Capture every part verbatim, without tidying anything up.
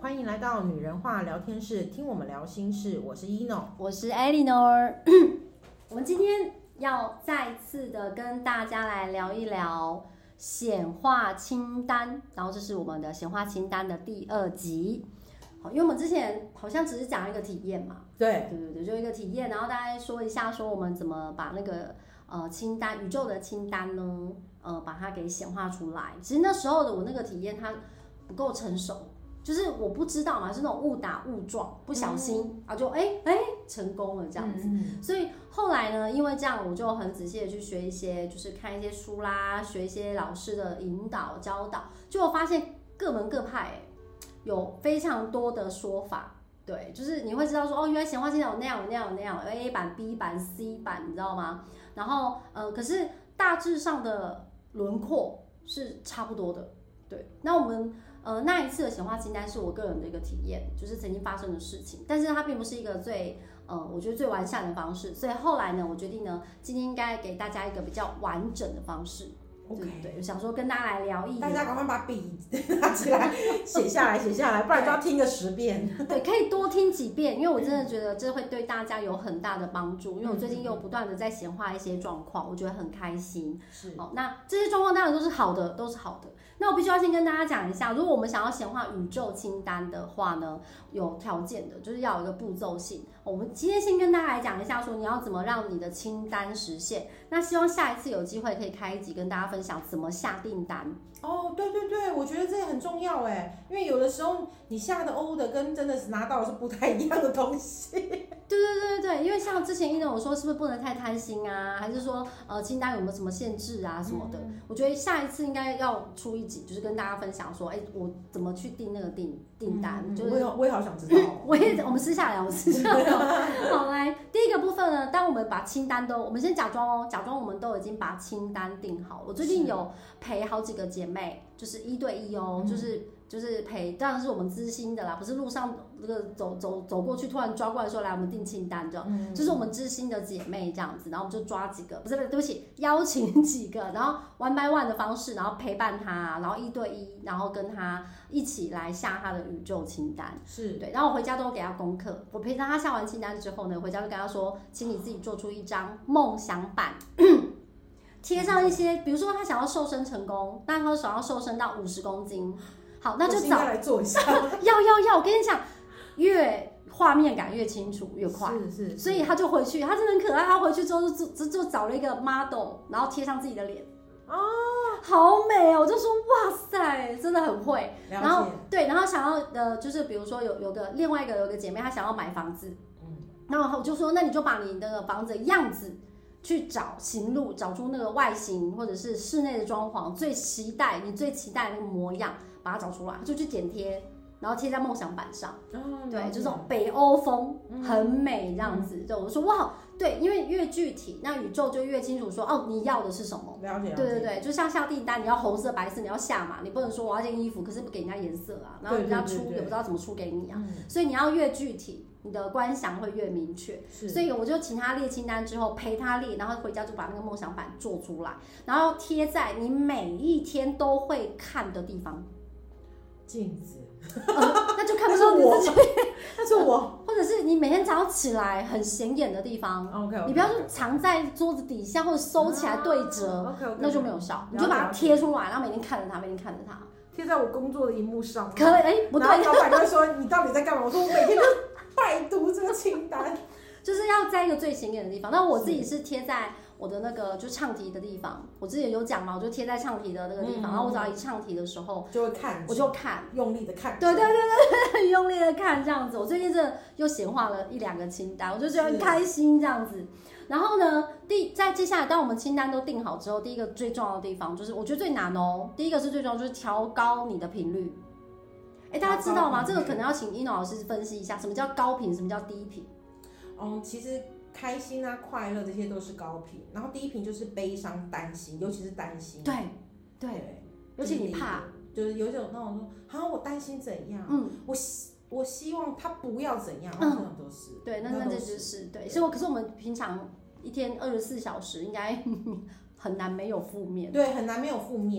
欢迎来到女人话聊天室，听我们聊心事。我是 Eno， 我是 Eleanor。我们今天要再次的跟大家来聊一聊显化清单，然后这是我们的显化清单的第二集。好，因为我们之前好像只是讲一个体验嘛， 对对对对，就一个体验，然后大家说一下说我们怎么把那个呃清单宇宙的清单呢，呃把它给显化出来。其实那时候的我那个体验它不够成熟。就是我不知道嘛，是那种误打误撞，不小心、嗯、啊就哎哎、欸欸、成功了这样子、嗯。所以后来呢，因为这样我就很仔细的去学一些，就是看一些书啦，学一些老师的引导教导，就我发现各门各派、欸、有非常多的说法。对，就是你会知道说哦，原来显化清单有那样有那样有那样有 A 版 B 版 C 版，你知道吗？然后呃，可是大致上的轮廓是差不多的。对，那我们。呃，那一次的显化清单是我个人的一个体验，就是曾经发生的事情，但是它并不是一个最呃，我觉得最完善的方式，所以后来呢，我决定呢，今天应该给大家一个比较完整的方式。 OK， 对对，想说跟大家来聊一聊， 大家赶快把笔拿起来，写下来，写下来，不然就要听个十遍。 对，可以多听几遍，因为我真的觉得这会对大家有很大的帮助。因为我最近又不断的在显化一些状况，我觉得很开心。 是， 哦，那这些状况当然都是好的，都是好的。那我必须要先跟大家讲一下，如果我们想要显化宇宙清单的话呢，有条件的，就是要有一个步骤性。我们今天先跟大家来讲一下，说你要怎么让你的清单实现。那希望下一次有机会可以开一集跟大家分享怎么下订单。 哦，对对对，我觉得这也很重要哎，因为有的时候你下的 order 跟真的是拿到的是不太一样的东西。 对对对对，因为像之前一呢，我说是不是不能太贪心啊，还是说呃清单有没有什么限制啊什么的？嗯、我觉得下一次应该要出一集，就是跟大家分享说，哎，我怎么去定那个订订单。 嗯、 就是我也我也好想知道、哦。 我也我们私下聊，我们私下聊。好，来第一个部分呢，当我们把清单都，我们先假装哦，假装我们都已经把清单定好。我最近有陪好几个姐妹，就是一对一哦，嗯、就是。就是陪，当然是我们知心的啦，不是路上这个走走走过去，突然抓过来说来我们订清单这样，嗯、就是我们知心的姐妹这样子，然后我们就抓几个，不是不是，对不起，邀请几个，然后 one by one 的方式，然后陪伴她，然后一对一，然后跟她一起来下她的宇宙清单， 是对， 然后我回家都给她功课，我陪她下完清单之后呢，回家就跟她说，请你自己做出一张梦想版。贴上一些，比如说她想要瘦身成功，但她想要瘦身到五十公斤。好，那就找来做一下。 要要要，我跟你讲，越画面感越清楚越快。 是 是, 是。 所以他就回去，他真的很可爱。他回去之后就就就找了一个 model， 然后贴上自己的脸。哦，好美哦！我就说哇塞，真的很会。然后对，然后想要呃，就是比如说有有个另外一个有个姐妹，她想要买房子，嗯，然后我就说，那你就把你的房子的样子。去找行路，找出那个外形或者是室内的装潢最期待你最期待的那个模样，把它找出来，就去剪贴，然后贴在梦想板上。哦、对，就这种北欧风，嗯、很美这样子。就、嗯、我说哇，对，因为越具体，那宇宙就越清楚说哦，你要的是什么。 了解。 对对对，就像下订单，你要红色、白色，你要下嘛，你不能说我要件衣服，可是不给人家颜色啊，然后人家出也不知道怎么出给你啊，嗯、所以你要越具体。你的观想会越明确，所以我就请他列清单之后陪他列，然后回家就把那个梦想版做出来，然后贴在你每一天都会看的地方。 镜子， 呃、那就看不出你自己， 那是我， 或者是你每天早上起来很显眼的地方 ，OK，, okay 你不要说藏在桌子底下或者收起来对折、 啊、，OK， okay, 那就没有效，你就把它贴出来，然后每天看着它，每天看着它， 贴在我工作的荧幕上。 可以，哎、欸，不对， 然后老板就会说你到底在干嘛？我说我每天都拜读这个清单， 就是要在一个最显眼的地方。那我自己是贴在我的那个就唱题的地方，我之前有讲嘛，我就贴在唱题的那个地方。嗯、然后我只要一唱题的时候， 就会看， 我就看， 用力的看。 对对对对对，用力的看这样子。我最近真的又显化了一两个清单，我就觉得很开心这样子。然后呢，第在接下来，当我们清单都定好之后，第一个最重要的地方就是，我觉得最难哦。第一个是最重要，就是调高你的频率。哎，大家知道吗？这个可能要请Eno老师分析一下，什么叫高频，什么叫低频？ 嗯，其实开心啊、快乐这些都是高频，然后低频就是悲伤、担心，尤其是担心。 对对，对尤其你怕， 就是有一种那种说，啊，我担心怎样？嗯，我我希望他不要怎样，嗯，这种都是。 对，那那这就是对。所以，可是我们平常一天二十四小时应该很难没有负面。 对，很难没有负面啦。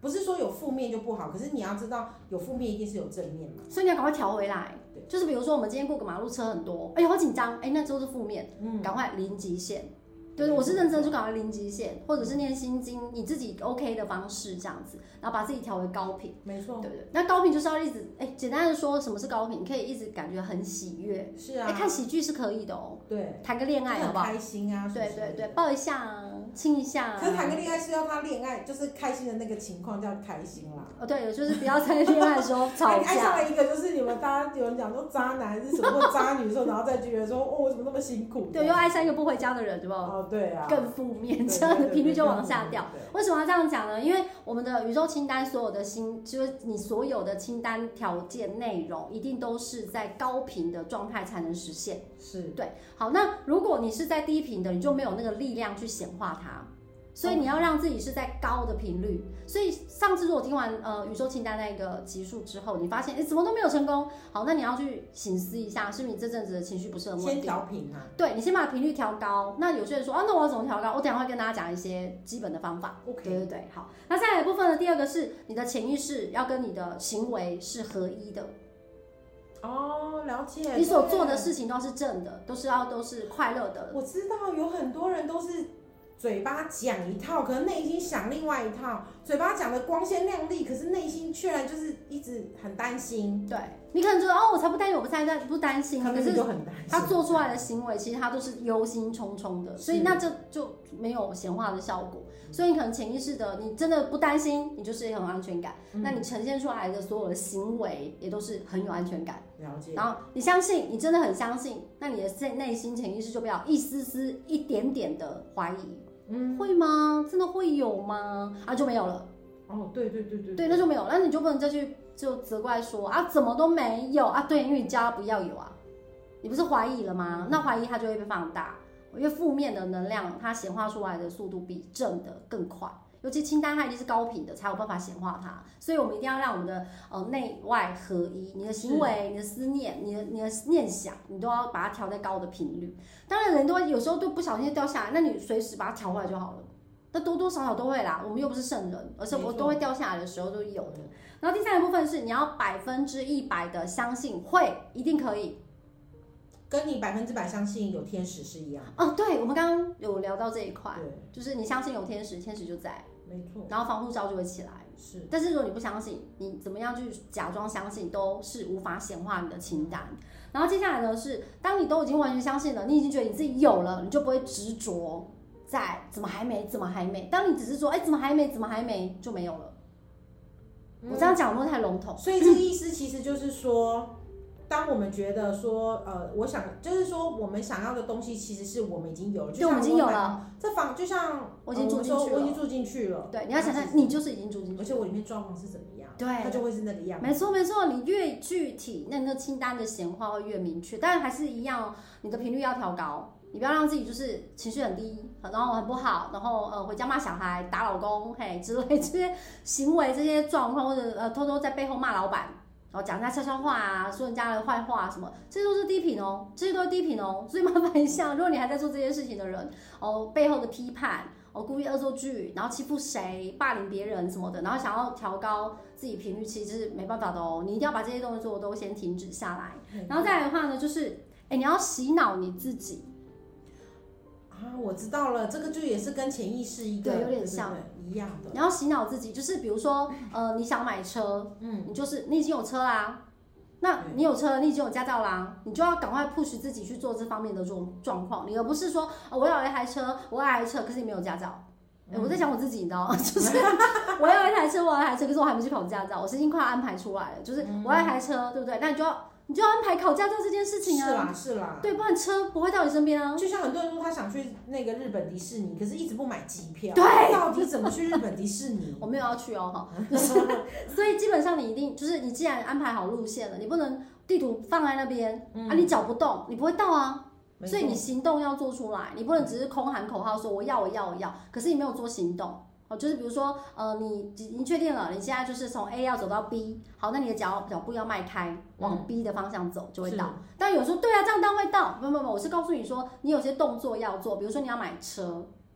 不是说有负面就不好，可是你要知道有负面一定是有正面嘛， 所以你要赶快调回来。就是比如说我们今天过个马路车很多，哎呦好紧张，哎那都是负面，嗯，赶快零极限。对，我是认真就赶快零极限，或者是念心经，你自己 OK 的方式这样子，然后把自己调为高频。 没错， 对对。那高频就是要一直，哎，简单的说，什么是高频？你可以一直感觉很喜悦。 是啊。 哎，看喜剧是可以的哦。 对。 谈个恋爱好不好？ 开心啊。 对对对，抱一下啊，亲一下啊。 可是谈个恋爱是要他恋爱，就是开心的那个情况叫开心啦。 哦，对，就是不要在恋爱的时候吵架。 爱上了一个就是你们大家有人讲说渣男是什么或渣女的时候，然后再觉得说哦，我怎么那么辛苦？ 对，又爱上一个不回家的人，对不？ 哦，对啊。 更负面，这样的频率就往下掉。为什么要这样讲呢？因为我们的宇宙清单所有的心，就是你所有的清单条件内容，一定都是在高频的状态才能实现。 是对。好，那如果你是在低频的，你就没有那个力量去显化它。所以你要让自己是在高的频率。所以上次如果听完呃宇宙清单那个集数之后，你发现哎怎么都没有成功，好，那你要去省思一下，是不是你这阵子的情绪不是很稳定？ 先调频啊。 对，你先把频率调高。那有些人说啊，那我要怎么调高？我等一下会跟大家讲一些基本的方法。 OK。 对对对，好。那再来的部分呢，第二个是你的潜意识要跟你的行为是合一的。 哦，了解。 你所做的事情都是正的，都是要都是快乐的。 我知道有很多人都是。嘴巴讲一套，可能内心想另外一套。嘴巴讲的光鲜亮丽，可是内心却然就是一直很担心。 对，你可能觉得哦，我才不担心，我不担心，不担心。可是就很担心。 他做出来的行为，其实他都是忧心忡忡的，所以那这就没有显化的效果。所以你可能潜意识的，你真的不担心，你就是很有安全感。嗯、那你呈现出来的所有的行为，也都是很有安全感。 了解。 然后你相信，你真的很相信，那你的内心潜意识就不要一丝丝、一点点的怀疑。嗯，会吗？真的会有吗？啊，就没有了。 哦，对对对对， 对，那就没有，那你就不能再去就责怪说啊，怎么都没有啊？对，因为你叫他不要有啊，你不是怀疑了吗？那怀疑它就会被放大，因为负面的能量它显化出来的速度比正的更快。尤其清单它一定是高频的，才有办法显化它，所以我们一定要让我们的呃内外合一，你的行为、你的思念、你的你的念想，你都要把它调在高的频率。当然人都会有时候都不小心掉下来，那你随时把它调回来就好了。那多多少少都会啦，我们又不是圣人，而且我都会掉下来的时候都有的。然后第三个部分是你要百分之一百的相信会一定可以。 跟你百分之百相信有天使是一样哦，对，我们刚刚有聊到这一块，就是你相信有天使，天使就在， 没错， 然后防护罩就会起来。 是， 但是如果你不相信，你怎么样去假装相信，都是无法显化你的清单。然后接下来呢是，当你都已经完全相信了，你已经觉得你自己有了，你就不会执着在怎么还没，怎么还没。当你只是说，哎，怎么还没，怎么还没，就没有了。嗯、我这样讲有没有太笼统？ 所以这个意思其实就是说。当我们觉得说，呃，我想就是说，我们想要的东西其实是我们已经有了，就像我们已经有了。 这房就像我已经住进去了， 我已经住进去了。 对，你要想想，你就是已经住进去了， 而且我里面状况是怎么样， 对， 它就会是那个样子。 没错没错，你越具体，那你的清单的显化会越明确。当然还是一样，你的频率要调高，你不要让自己就是情绪很低，然后很不好，然后呃回家骂小孩、打老公，嘿之类这些行为、这些状况，或者呃偷偷在背后骂老板。然后讲人家悄悄话啊，说人家的坏话什么，这些都是低频哦，这些都是低频哦。所以麻烦一下，如果你还在做这些事情的人，哦，背后的批判，哦，故意恶作剧，然后欺负谁、霸凌别人什么的，然后想要调高自己频率，其实是没办法的哦。你一定要把这些动作都先停止下来。然后再来的话呢，就是，哎，你要洗脑你自己。 啊，我知道了，这个就也是跟潜意识一个对有点像对对对一样的。 你要洗脑自己，就是比如说，呃，你想买车，嗯，你就是你已经有车啦，那你有车，你已经有驾照啦，你就要赶快 push 自己去做这方面的这种状况，你而不是说，哦，我要一台车，我要一台车，可是你没有驾照。欸、我在讲我自己，你知道吗？就是我要一台车，我要一台车，可是我还没去考驾照，我是已经快要安排出来了，就是我要一台车，对不对？那你就要。你就要安排考驾照这件事情啊！ 是啦，是啦， 对，不然车不会到你身边啊。 就像很多人说他想去那个日本迪士尼，可是一直不买机票， 对， 到底怎么去日本迪士尼？ 我没有要去哦，哈，就是，所以基本上你一定就是你既然安排好路线了，你不能地图放在那边、嗯、啊，你脚不动，你不会到啊。所以你行动要做出来，你不能只是空喊口号说我要我要我要，可是你没有做行动。哦，就是比如说，呃，你已经确定了，你现在就是从 A 要走到 B， 好，那你的脚脚步要迈开，往 B 的方向走就会到。但有时候对啊，这样当然会到，不不不，我是告诉你说，你有些动作要做，比如说你要买车，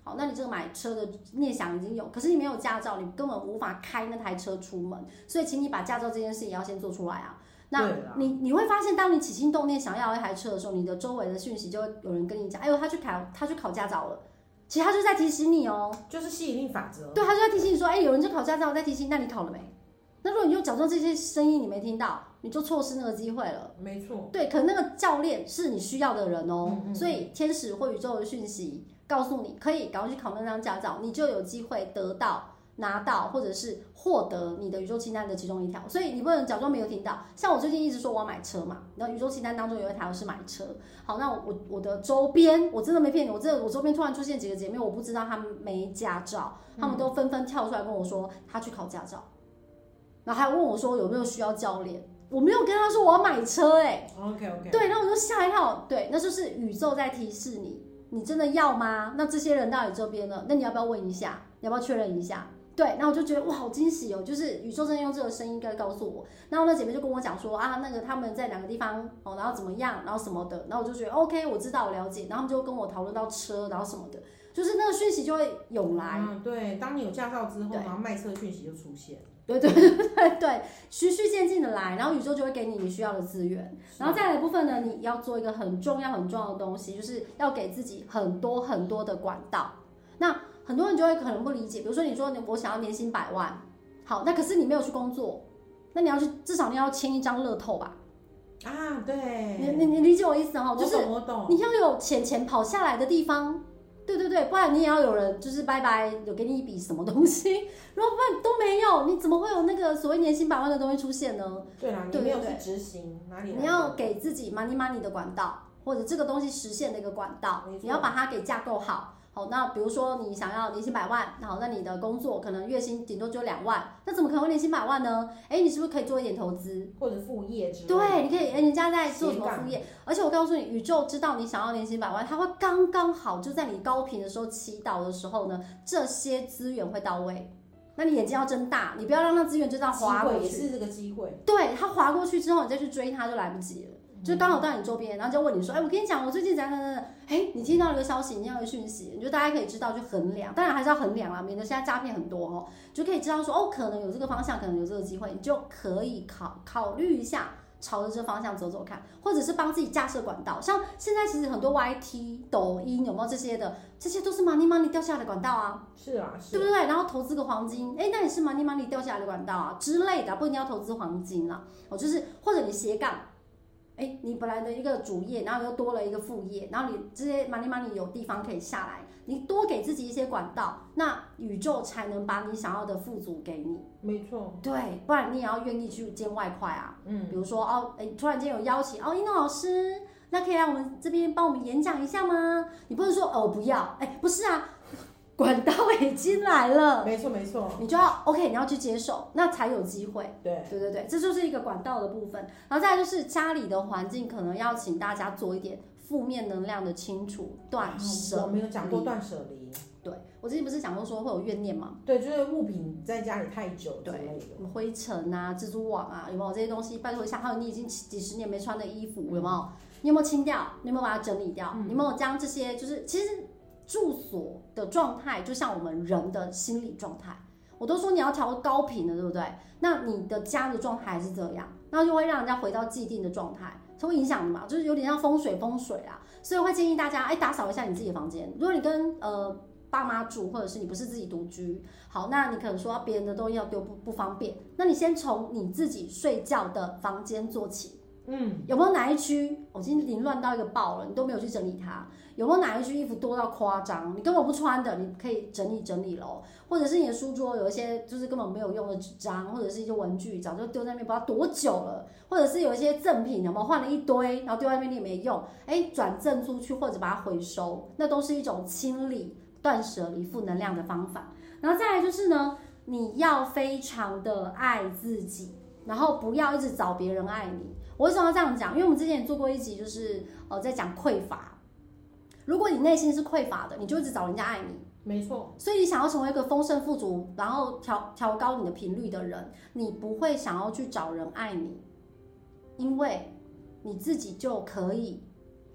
好，那你这个买车的念想已经有，可是你没有驾照，你根本无法开那台车出门，所以请你把驾照这件事情要先做出来啊。那你你会发现，当你起心动念想要一台车的时候，你的周围的讯息就会有人跟你讲，哎呦，他去考他去考驾照了。其实他就在提醒你哦， 就是吸引力法则。 对，他就在提醒你说，哎，有人去考驾照，在提醒，那你考了没？那如果你就假装这些声音你没听到，你就错失那个机会了。 没错。对， 可能那个教练是你需要的人哦， 嗯嗯嗯， 所以天使或宇宙的讯息告诉你，可以赶快去考那张驾照，你就有机会得到。拿到或者是获得你的宇宙清单的其中一条，所以你不能假装没有听到。像我最近一直说我要买车嘛，然后宇宙清单当中有一条是买车。好，那我我我的周边，我真的没骗你，我真的我周边突然出现几个姐妹，我不知道她们没驾照，她们都纷纷跳出来跟我说她去考驾照，然后还问我说有没有需要教练。我没有跟她说我要买车哎、欸、 ，OK OK， 对，那我就吓一跳，对，那就是宇宙在提示你，你真的要吗？那这些人到你这边了，那你要不要问一下？你要不要确认一下？对，那我就觉得哇，好惊喜哦！就是宇宙真的用这个声音该告诉我。然后那姐妹就跟我讲说啊，那个他们在哪个地方哦，然后怎么样，然后什么的。然后我就觉得 OK， 我知道，我了解。然后他们就跟我讨论到车，然后什么的，就是那个讯息就会涌来。 嗯，对，当你有驾照之后，然后卖车讯息就出现。 对对对对对，循序渐进的来，然后宇宙就会给你你需要的资源。然后再来的部分呢，你要做一个很重要很重要的东西，就是要给自己很多很多的管道。那很多人就会可能不理解，比如说你说我想要年薪百万，好，那可是你没有去工作，那你要去至少你要签一张乐透吧？ 啊，对， 你你你理解我意思哈？就是我懂， 你要有钱钱跑下来的地方，对对对，不然你也要有人就是拜拜有给你一笔什么东西，如果不然都没有，你怎么会有那个所谓年薪百万的东西出现呢？ 对啦，你没有去执行，哪里来的？ 你要给自己 money money 的管道，或者这个东西实现的一个管道，你要把它给架构好。好，那比如说你想要年薪百万，好，那你的工作可能月薪顶多就两万，那怎么可能会年薪百万呢？哎，你是不是可以做一点投资或者副业之类的？ 对，你可以，哎，人家在做什么副业？而且我告诉你，宇宙知道你想要年薪百万，它会刚刚好就在你高频的时候祈祷的时候呢，这些资源会到位。那你眼睛要睁大，你不要让那资源就这样滑过去。 也是这个机会。 对，它滑过去之后，你再去追它就来不及了。就刚好到你周边，然后就问你说，哎，我跟你讲，我最近怎样怎样怎样，哎，你听到一个消息，你听到一个讯息，你就大家可以知道去衡量，当然还是要衡量啦，免得现在诈骗很多哦，就可以知道说，哦，可能有这个方向，可能有这个机会，你就可以考考虑一下，朝着这方向走走看，或者是帮自己架设管道，像现在其实很多 Y T、抖音有没有这些的，这些都是 money money 掉下来的管道啊， 是啊，是， 对不对？然后投资个黄金，哎，那也是 money money 掉下来的管道啊之类的，不一定要投资黄金啦，哦，就是或者你斜杠。哎，你本来的一个主业，然后又多了一个副业，然后你这些 money money 有地方可以下来，你多给自己一些管道，那宇宙才能把你想要的富足给你。 没错， 对，不然你也要愿意去兼外快啊。 嗯， 比如说哦，哎，突然间有邀请哦，一诺老师，那可以来我们这边帮我们演讲一下吗？你不能说哦，我不要，哎，不是啊。管道已经来了， 没错没错， 你就要 OK， 你要去接受，那才有机会。 对对对对，这就是一个管道的部分。然后再来就是家里的环境，可能要请大家做一点负面能量的清除、断舍离。 我们有讲过断舍离。 对，我之前不是讲过说会有怨念吗？ 对，就是物品在家里太久之类的， 什么灰尘啊、蜘蛛网啊，有没有这些东西？拜托一下，还有你已经几十年没穿的衣服，有没有？你有没有清掉？你有没有把它整理掉？嗯、你有没有将这些就是其实。住所的状态就像我们人的心理状态，我都说你要调高频的，对不对？那你的家的状态还是这样，那就会让人家回到既定的状态，这会影响的嘛，就是有点像风水风水啊。所以我会建议大家，哎，打扫一下你自己的房间。如果你跟呃爸妈住，或者是你不是自己独居，好，那你可能说别人的东西要丢不不方便，那你先从你自己睡觉的房间做起。嗯，有没有哪一区我、哦、今天凌乱到一个爆了，你都没有去整理它？有没有哪一区衣服多到夸张，你根本不穿的，你可以整理整理咯。或者是你的书桌有一些就是根本没有用的纸张，或者是一些文具早就丢在那边不知道多久了，或者是有一些赠品有没有换了一堆，然后丢在那边你也没用，哎，转赠出去或者把它回收，那都是一种清理、断舍离负能量的方法。然后再来就是呢，你要非常的爱自己，然后不要一直找别人爱你。我为什么要这样讲？因为我们之前也做过一集，就是呃在讲匮乏。如果你内心是匮乏的，你就一直找人家爱你。 没错。 所以你想要成为一个丰盛富足，然后调调高你的频率的人，你不会想要去找人爱你，因为你自己就可以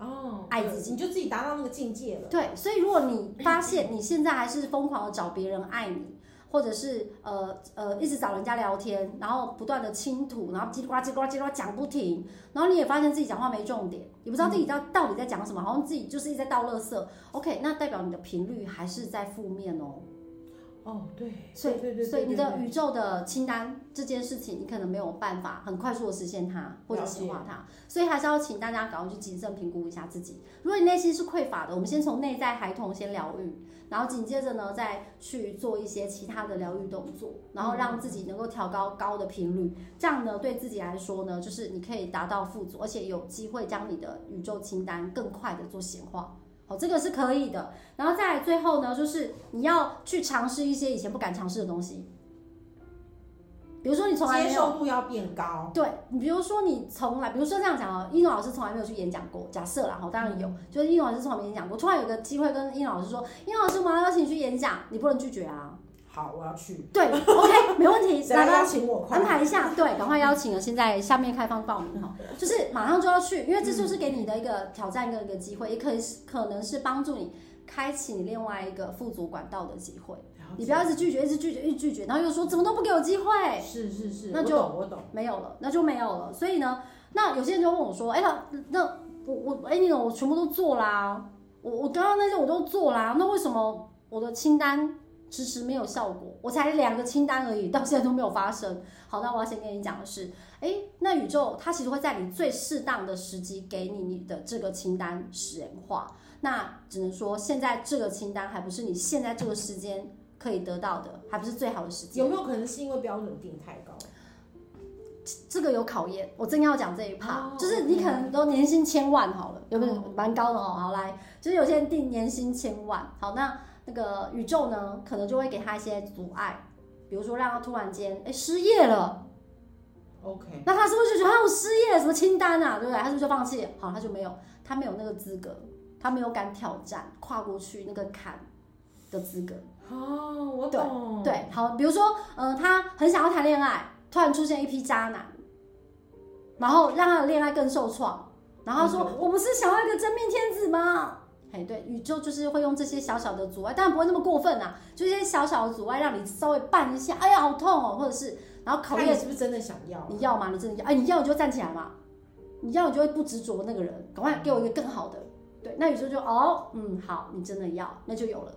哦， 爱自己， 你就自己达到那个境界了。 对，所以如果你发现你现在还是疯狂的找别人爱你，或者是呃呃一直找人家聊天，然后不断的倾吐，然后叽里呱啦叽里呱啦叽里呱啦讲不停，然后你也发现自己讲话没重点，也不知道自己到到底在讲什么，好像自己就是一直在倒垃圾。OK， 那代表你的频率还是在负面哦。 哦，对， 所以对对对， 所以你的宇宙的清单这件事情，你可能没有办法很快速的实现它，或者显化它，所以还是要请大家赶快去谨慎评估一下自己。如果你内心是匮乏的，我们先从内在孩童先疗愈，然后紧接着呢，再去做一些其他的疗愈动作，然后让自己能够调高高的频率，这样呢，对自己来说呢，就是你可以达到富足，而且有机会将你的宇宙清单更快的做显化。哦，这个是可以的。然后再来最后呢，就是你要去尝试一些以前不敢尝试的东西，比如说你从来没有接受度要变高。 对，你比如说你从来，比如说这样讲哦，一诺老师从来没有去演讲过，假设啦，哈，当然有，就是一诺老师从来没演讲过，突然有个机会跟一诺老师说，一诺老师我们要邀请你去演讲，你不能拒绝啊。 好，我要去。 对 ，OK， 没问题， 来邀请我， 安排一下，对，赶快邀请了，现在下面开放报名哈，就是马上就要去，因为这就是给你的一个挑战跟一个机会，也可以可能是帮助你开启你另外一个富足管道的机会。你不要一直拒绝，一直拒绝，一直拒绝，然后又说怎么都不给我机会。 是是是， 那就我懂我懂， 没有了，那就没有了。所以呢，那有些人就问我说，哎、欸，那那我我哎，你、欸、我全部都做啦，我我刚刚那些我都做啦，那为什么我的清单迟迟没有效果？我才两个清单而已，到现在都没有发生。好，那我要先跟你讲的是，哎、欸，那宇宙它其实会在你最适当的时机给你你的这个清单实化。那只能说，现在这个清单还不是你现在这个时间可以得到的，还不是最好的时间。 有没有可能是因为标准定太高？ 这个有考验，我真要讲这一趴、 哦， 就是你可能都年薪千万好了，有没有蛮高的哦？好，来，就是有些人定年薪千万，好，那那个宇宙呢，可能就会给他一些阻碍，比如说让他突然间哎失业了 ，OK， 那他是不是就觉得啊我失业了什么清单啊，对不对？他是不是就放弃？好，他就没有，他没有那个资格，他没有敢挑战跨过去那个坎的资格。 哦，我懂。 对，对，好，比如说，呃，他很想要谈恋爱，突然出现一批渣男，然后让他的恋爱更受创，然后他说：“我不是想要一个真命天子吗？”哎，对，宇宙就是会用这些小小的阻碍，当然不会那么过分啊，就一些小小的阻碍，让你稍微绊一下，哎呀，好痛哦，或者是，然后考验你是不是真的想要？ 你要吗？你真的要？哎，你要你就站起来嘛，你要你就会不执着那个人，赶快给我一个更好的。对，那宇宙就哦，嗯，好，你真的要，那就有了。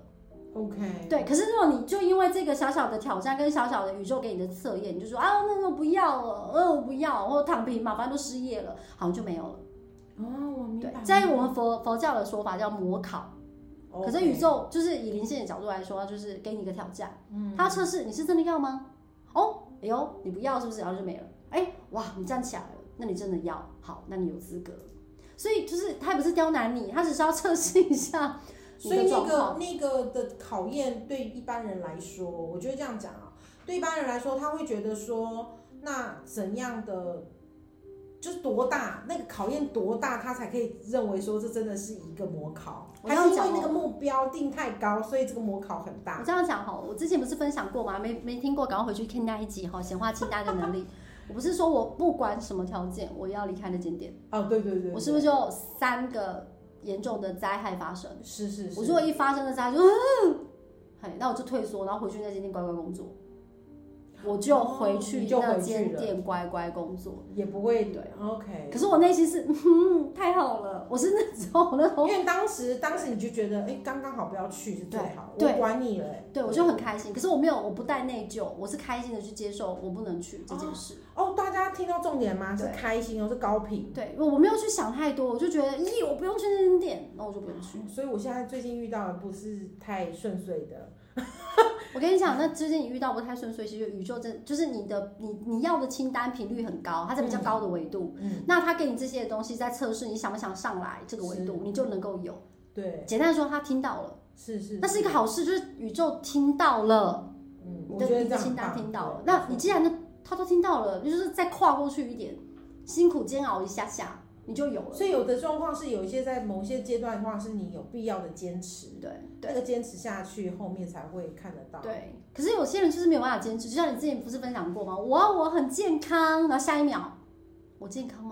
OK， 对，可是如果你就因为这个小小的挑战跟小小的宇宙给你的测验，你就说啊，那我不要了，呃，我不要，或者躺平嘛，反正都失业了，好像就没有了。 哦，我明白。 对，在我们佛佛教的说法叫模考， okay， 可是宇宙就是以灵性的角度来说，它就是给你一个挑战，嗯，它要测试你是真的要吗？哦，哎呦，你不要是不是？然后就没了。哎，哇，你站起来了，那你真的要，好，那你有资格。所以就是它也不是刁难你，它只是要测试一下。 所以那个那个的考验对一般人来说，我觉得这样讲啊，对一般人来说，他会觉得说，那怎样的，就是多大那个考验多大，他才可以认为说这真的是一个模考，还是因为那个目标定太高，所以这个模考很大？ 我这样讲哈，我之前不是分享过吗？没没听过，赶快回去听那一集哈，显化清单的能力。我不是说我不管什么条件，我要离开那间店。 哦，对对 对, 对， 我是不是就有三个？严重的灾害发生， 是是是。 我如果一发生的灾害就，嗯，嘿，那我就退缩，然后回去那间店乖乖工作，我就回去那间店乖乖工作， 也不会对 OK。 可是我内心是，嗯，太好了，我是那时候那时候， 因为当时当时你就觉得，哎，刚刚好不要去是最好，我管你了， 对，我就很开心。可是我没有，我不带内疚，我是开心的去接受我不能去这件事。 哦，大家听到重点吗？是开心哦，是高频。 对，我没有去想太多，我就觉得，咦，我不用去那间店，那我就不用去。 所以我现在最近遇到的不是太顺遂的。 我跟你讲，那最近你遇到不太顺遂，其实宇宙真就是你的你你要的清单频率很高，它在比较高的维度，嗯，那它给你这些东西在测试你想不想上来这个维度，你就能够有。 对， 简单说，他听到了， 是是， 那是一个好事，就是宇宙听到了， 嗯， 你的你的清单听到了，那你既然他都听到了，就是再跨过去一点，辛苦煎熬一下下。你就有了， 所以有的状况是有一些在某些阶段的话，是你有必要的坚持， 对， 那个坚持下去，后面才会看得到。 对，可是有些人就是没有办法坚持，就像你之前不是分享过吗？我我很健康，然后下一秒，我健康吗？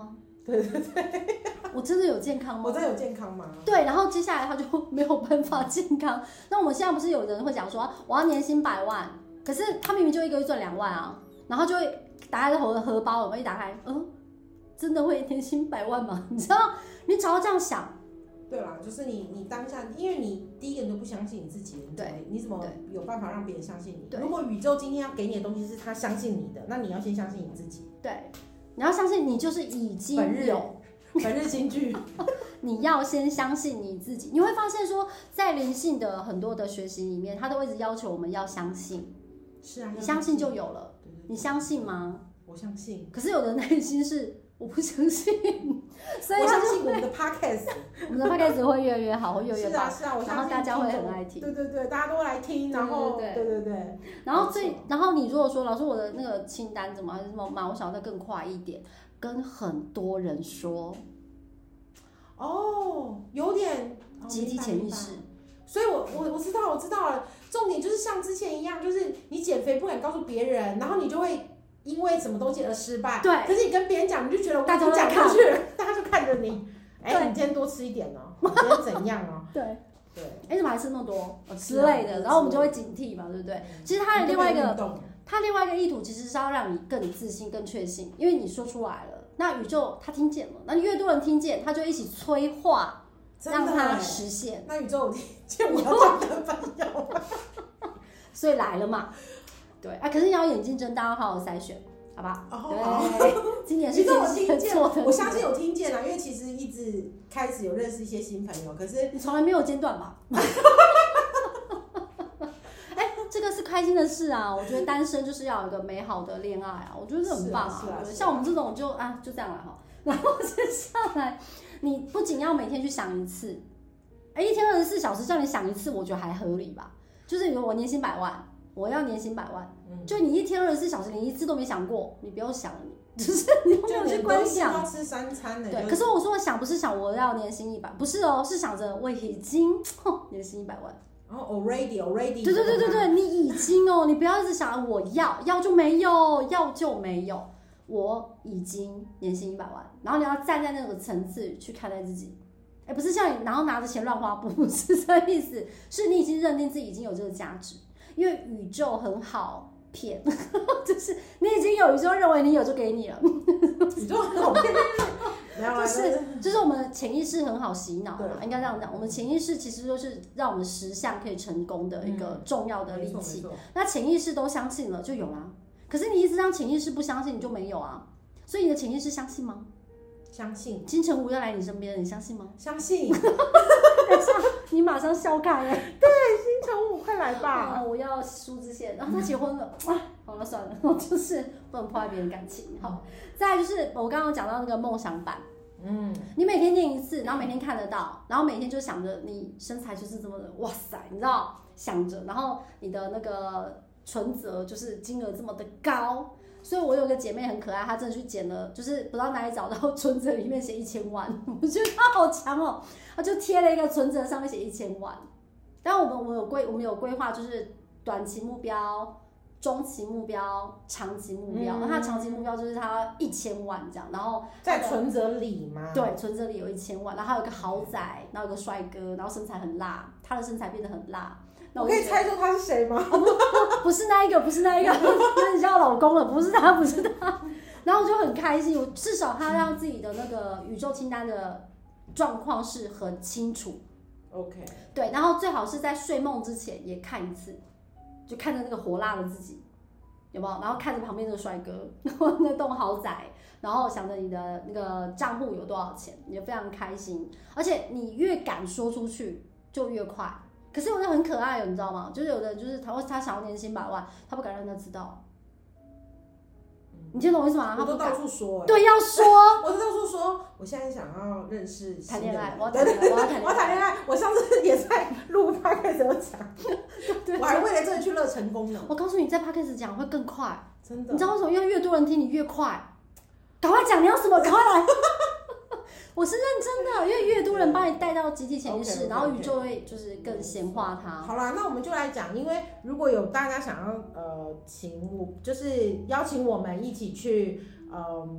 对对对， 我真的有健康吗？ 我真的有健康吗？ 对，然后接下来他就没有办法健康。那我们现在不是有人会讲说，我要年薪百万，可是他明明就一个月赚两万啊，然后就会打开我的荷包，我们一打开，嗯，真的会年薪百万吗？你知道，你只要这样想。 对啦，就是你你当下，因为你第一个你都不相信你自己， 对， 你怎么有办法让别人相信你？ 对， 如果宇宙今天要给你的东西是他相信你的，那你要先相信你自己。 对，你要相信你就是已经有本日金句， 你要先相信你自己。你会发现说，在灵性的很多的学习里面，他都会一直要求我们要相信。 是啊， 你相信就有了。 对对对， 你相信吗？ 我相信。 可是有的内心是我不相信，所以我相信我们的 podcast， 我们的 podcast 会越来越好，会越来越棒。 是啊是啊，我相信然后大家会很爱听。 对对对，大家都会来听，然后对对对。 然后最，然后你如果说老师我的那个清单怎么还是什么嘛，我想要再更快一点，跟很多人说。 哦，有点集体潜意识。 所以我我我知道我知道了，重点就是像之前一样，就是你减肥不敢告诉别人，然后你就会因为什么东西而失败。 对。 可是你跟别人讲，你就觉得我跟你讲过去了，大家就看着你。哎、欸，你今天多吃一点哦，你今天怎样哦？ 对对。 哎、欸，怎么还吃那么多、哦、之类的？然后我们就会警惕嘛，对不对？其实它的另外一个，它另外一个意图其实是要让你更自信、更确信，因为你说出来了，那宇宙它听见了，那越多人听见，它就一起催化。让它实现。 那宇宙有听见我要交的朋友， 所以来了嘛。对啊，可是你要眼睛睁大，要好好筛选，好不好？ 哦、 对，今年是宇宙有听见， 我我相信有听见啦，因为其实一直开始有认识一些新朋友，可是你从来没有间断吧？哎，这个是开心的事啊！我觉得单身就是要有一个美好的恋爱啊，我觉得这很棒啊。 是啊是啊， 像我们这种就啊就这样了哈。然后接下来，你不仅要每天去想一次，哎，一天二十四小时叫你想一次，我觉得还合理吧。就是比如我年薪百万，我要年薪百万，嗯、就你一天二十四小时，你一次都没想过，你不要想了，你就是你都没有去观想。 要吃三餐的。 对，可是我说的想不是想我要年薪一百，不是哦，是想着我已经年薪一百万。 然后 already already。 对对对对对，你已经哦，你不要一直想我要要就没有，要就没有。我已经年薪一百万，然后你要站在那个层次去看待自己，哎，不是像你然后拿着钱乱花，不是这意思，是你已经认定自己已经有这个价值，因为宇宙很好骗，就是你已经有，宇宙认为你有就给你了， 宇宙很好骗， 就是就是我们的潜意识很好洗脑嘛，应该这样讲，我们潜意识其实就是让我们实相可以成功的一个重要的利器，嗯、那潜意识都相信了就有啦。可是你一直让潜意识不相信，你就没有啊。所以你的潜意识相信吗？ 相信。 金城武要来你身边，你相信吗？ 相信。 你马上笑开哎。 对，金城武快来吧。 哦、我要苏志燮，然后他结婚了，啊，好了算了，就是不能破坏别人感情。好，再来就是我刚刚讲到那个梦想版。嗯，你每天念一次，然后每天看得到，然后每天就想着你身材就是这么的，哇塞，你知道，想着，然后你的那个存折就是金额这么的高，所以我有个姐妹很可爱，她真的去捡了，就是不知道哪里找到存折里面写一千万，我觉得她好强哦，她就贴了一个存折上面写一千万。但我们我们有规我们有规划，就是短期目标、中期目标、长期目标。那、嗯、她长期目标就是她一千万这样，然后在存折里吗？ 对，存折里有一千万，然后还有一个豪宅，然后有个帅哥，然后身材很辣，她的身材变得很辣。 我, 我可以猜出他是谁吗？ 哦、不, 不, 不是那一个，不是那一个，那你叫老公了，不是他，不是他。然后我就很开心，我至少他让自己的那个宇宙清单的状况是很清楚。 OK。 对，然后最好是在睡梦之前也看一次，就看着那个火辣的自己，有没有？然后看着旁边那个帅哥，然后那栋豪宅，然后想着你的那个账户有多少钱，你就非常开心。而且你越敢说出去，就越快。可是有的很可爱的，你知道吗？就是有的就是他他想要年薪百万，他不敢让他知道。你听懂我意思吗？ 我都到处说、欸， 对，要说， 我都到处说，我现在想要认识谈恋爱，我要谈恋爱，我要谈恋爱， 我要谈恋爱。我上次也在录 podcast 有讲，我还为了这个去乐成功呢。 我告诉你，在 podcast 讲会更快， 真的。 你知道为什么？因为越多人听你越快，赶快讲你要什么，赶快来。我是认真的，因为越多人帮你带到集体潜意识， okay, okay, okay. 然后宇宙会就是更显化它。 好啦，那我们就来讲，因为如果有大家想要呃请我，就是邀请我们一起去嗯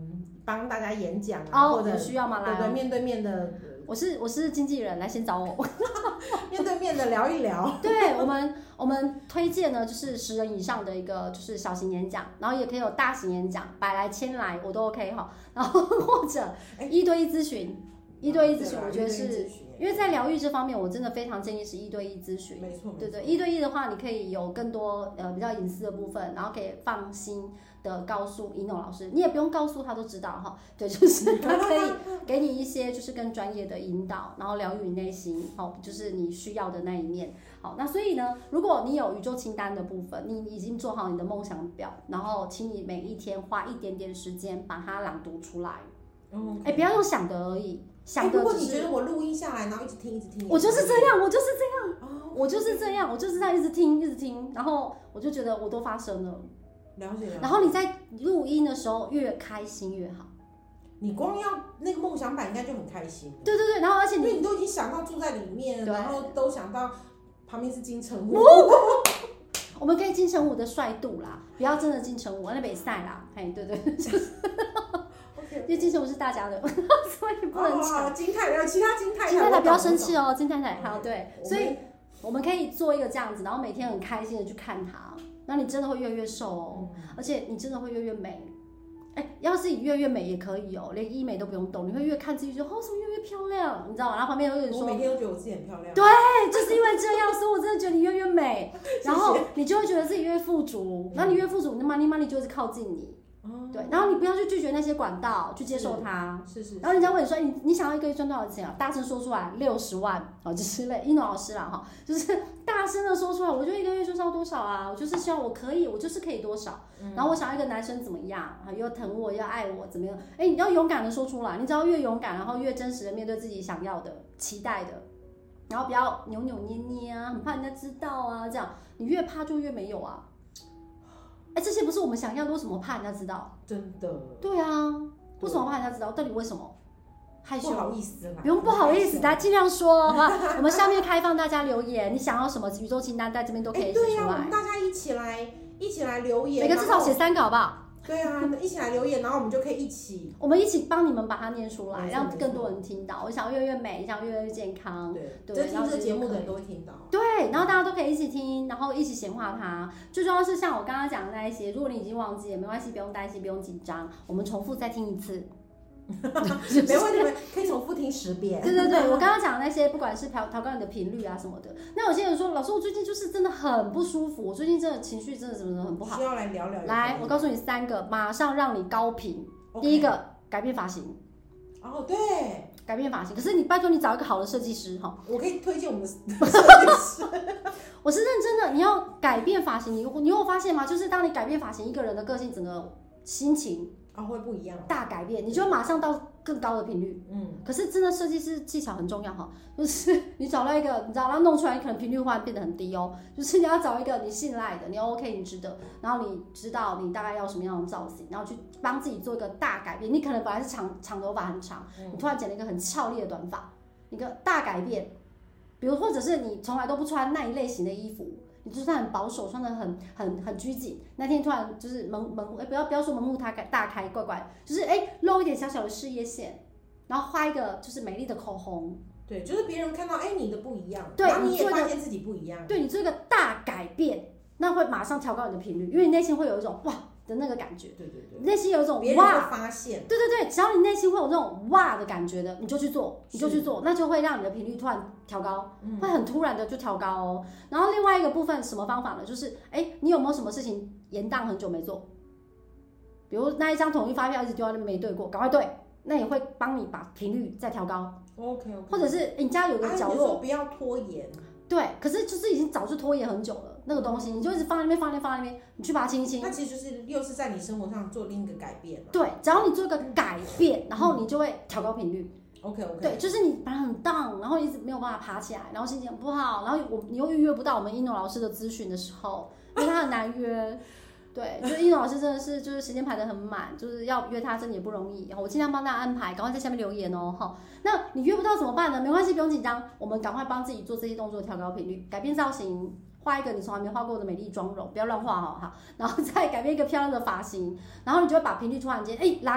帮大家演讲啊， 哦， 或者有需要吗？来、哦， 对对，面对面的。 我是我是经纪人，来先找我， 面对面的聊一聊。 对我们我们推荐呢，就是十人以上的一个就是小型演讲，然后也可以有大型演讲，百来千来我都 OK 哈。然后或者一对一咨询，一对一咨询，我觉得是。因为在疗愈这方面，我真的非常建议是一对一咨询。 没错， 对对，一对一的话，你可以有更多呃比较隐私的部分，然后可以放心的告诉一诺老师，你也不用告诉他都知道哈。对，就是他可以给你一些就是更专业的引导，然后疗愈你内心，好，就是你需要的那一面。好，那所以呢，如果你有宇宙清单的部分，你已经做好你的梦想表，然后请你每一天花一点点时间把它朗读出来。嗯，哎，不要用想的而已。想的、 欸、如果你觉得我录音下来，然后一直听一直听， 我就是这样，我就是这样，哦、我就是这样，我就是这样一直听一直听，然后我就觉得我都发生了。 了解了解。 然后你在录音的时候越开心越好。 你光要那个梦想版应该就很开心。 对对对，然后而且你因为你都已经想到住在里面，然后都想到旁边是金城武。 我们可以金城武的帅度啦，不要真的金城武，那北赛啦，哎，对对，就是因为金城武是大家的，所以不能抢。 金太太，其他金太太， 金太太不要生气哦，金太太好对，所以我们可以做一个这样子，然后每天很开心的去看他，那你真的会越来越瘦哦，嗯、而且你真的会越来越美。哎，要是你越来越美也可以哦，连医美都不用动，你会越看自己就哦，怎么越来越漂亮，你知道吗？然后旁边有人说， 我每天都觉得我自己很漂亮。 对，就是因为这样，所以我真的觉得你越来越美，然后你就会觉得自己越富足，然后你越富足，那 money money 就会靠近你。对，然后你不要去拒绝那些管道，去接受它。 是 是, 是。 然后人家问你说，你你想要一个月赚多少钱啊？大声说出来，六十万哦，之类。一诺老师啦哈，就是大声的说出来，我就一个月就是要多少啊？我就是希望我可以，我就是可以多少。嗯、然后我想要一个男生怎么样啊？又疼我，又爱我，怎么样？哎，你要勇敢的说出来，你只要越勇敢，然后越真实的面对自己想要的、期待的，然后不要扭扭捏捏啊，很怕人家知道啊，这样你越怕就越没有啊。哎，这些不是我们想要的，为什么怕人家知道？ 真的。 对啊，为什么怕人家知道？到底为什么？害羞？ 不好意思啦。 不用不好意思，大家尽量说，好不好？我们下面开放大家留言，你想要什么宇宙清单，在这边都可以写出来。 对呀、啊，我们大家一起来，一起来留言， 每个至少写三个，好不好？ 对啊，一起来留言，然后我们就可以一起， 我们一起帮你们把它念出来，让更多人听到。我想要越来越美，想要越来越健康， 对，对，听这节目的人都会听到。 对，然后大家都可以一起听，然后一起显化它。最重要是像我刚刚讲的那一些，如果你已经忘记也没关系，不用担心，不用紧张，我们重复再听一次。 没问题，可以重复听十遍。 对对对，我刚刚讲的那些，不管是调调高你的频率啊什么的。那有些人说，老师，我最近就是真的很不舒服，我最近真的情绪真的怎么很不好， 需要来聊聊。 来，我告诉你三个，马上让你高频。Okay. 第一个，改变发型。 哦，对， 改变发型。可是你拜托你找一个好的设计师哈。 我可以推荐我们的设计师。 我是认真的，你要改变发型，你你有发现吗？就是当你改变发型，一个人的个性整个心情。 啊、哦，会不一样， 大改变，你就马上到更高的频率。嗯，可是真的设计师技巧很重要哈，就是你找到一个，你知道，然后弄出来，可能频率忽然变得很低哦。就是你要找一个你信赖的，你 OK， 你值得，然后你知道你大概要什么样的造型，然后去帮自己做一个大改变。你可能本来是长长头发很长，嗯、你突然剪了一个很俏丽的短发，一个大改变。比如或者是你从来都不穿那一类型的衣服。你就算很保守，穿得很很很拘谨，那天突然就是门门户，哎，不要不要说门户大开大开，怪怪，就是哎露一点小小的事业线，然后画一个就是美丽的口红， 对，就是别人看到哎你的不一样， 对， 然后你也发现自己不一样， 对你做一个大改变，那会马上调高你的频率，因为你内心会有一种哇的那个感觉， 对对对， 内心有一种哇， 别人会发现， 对对对，只要你内心会有那种哇的感觉的，你就去做，你就去做，那就会让你的频率突然调高，嗯、会很突然的就调高哦。然后另外一个部分什么方法呢？就是哎，你有没有什么事情延宕很久没做？比如那一张统一发票一直丢在那没对过，赶快对，那也会帮你把频率再调高。 OK OK。 或者是你家有个角落， 啊、不要拖延。 对，可是就是已经早就拖延很久了，那个东西你就一直放在那边，放在那边，放在那边，你去把它清一清。 那其实就是又是在你生活上做另一个改变嘛。 对，只要你做一个改变，然后你就会调高频率。 OK OK。 对，就是你本来很 down， 然后一直没有办法爬起来，然后心情很不好，然后我你又预约不到我们一诺老师的咨询的时候，因为他很难约。对，就是一诺老师真的是就是时间排得很满，就是要约他真的也不容易。我尽量帮大家安排，赶快在下面留言哦。哈，那你约不到怎么办呢？没关系，不用紧张，我们赶快帮自己做这些动作，调高频率，改变造型，画一个你从来没画过的美丽妆容，不要乱画哈。好，然后再改变一个漂亮的发型，然后你就会把频率突然间哎拉高，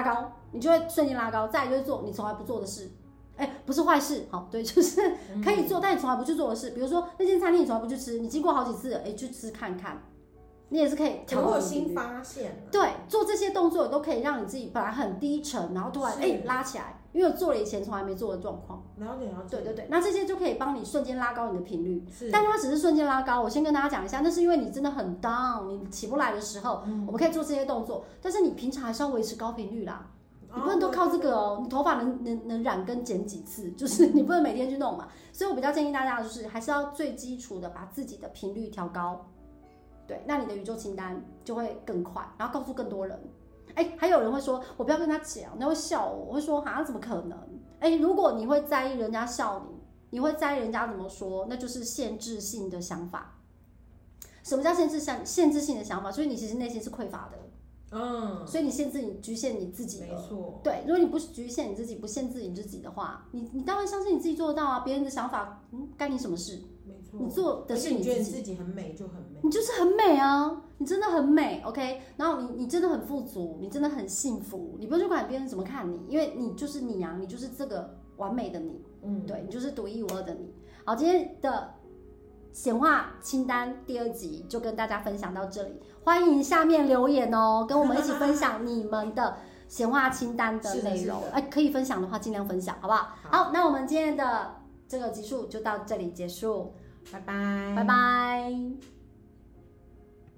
你就会瞬间拉高。再来就是做你从来不做的事。哎，不是坏事，好，对，就是可以做，但你从来不去做的事，比如说那间餐厅你从来不去吃，你经过好几次，哎，去吃看看，你也是可以调有新发现、啊。 对，做这些动作都可以让你自己本来很低沉，然后突然哎拉起来，因为做了以前从来没做的状况。 了解了解。 对对对，那这些就可以帮你瞬间拉高你的频率。但它只是瞬间拉高，我先跟大家讲一下，那是因为你真的很 down， 你起不来的时候，嗯、我们可以做这些动作，但是你平常还是要维持高频率啦。你不能都靠这个哦，你头发能能能染跟剪几次，就是你不能每天去弄嘛。所以我比较建议大家就是还是要最基础的把自己的频率调高，对，那你的宇宙清单就会更快，然后告诉更多人。哎，还有人会说我不要跟他讲，他会笑我，我会说啊怎么可能？哎，如果你会在意人家笑你，你会在意人家怎么说，那就是限制性的想法。什么叫限制性限制性的想法？所以你其实内心是匮乏的。嗯，所以你限制你局限你自己了，没错。对，如果你不局限你自己，不限制你自己的话，你你当然相信你自己做得到啊。别人的想法，嗯，干你什么事？没错，你做的是你自己。 而且你觉得你自己很美就很美， 你就是很美啊，你真的很美 ，OK。然后你你真的很富足，你真的很幸福，你不用去管别人怎么看你，因为你就是你啊，你就是这个完美的你，嗯，对你就是独一无二的你。好，今天的显化清单第二集就跟大家分享到这里，欢迎下面留言哦，跟我们一起分享你们的显化清单的内容。哎，可以分享的话尽量分享，好不好？好，好，那我们今天的这个集数就到这里结束， 拜拜， 拜拜。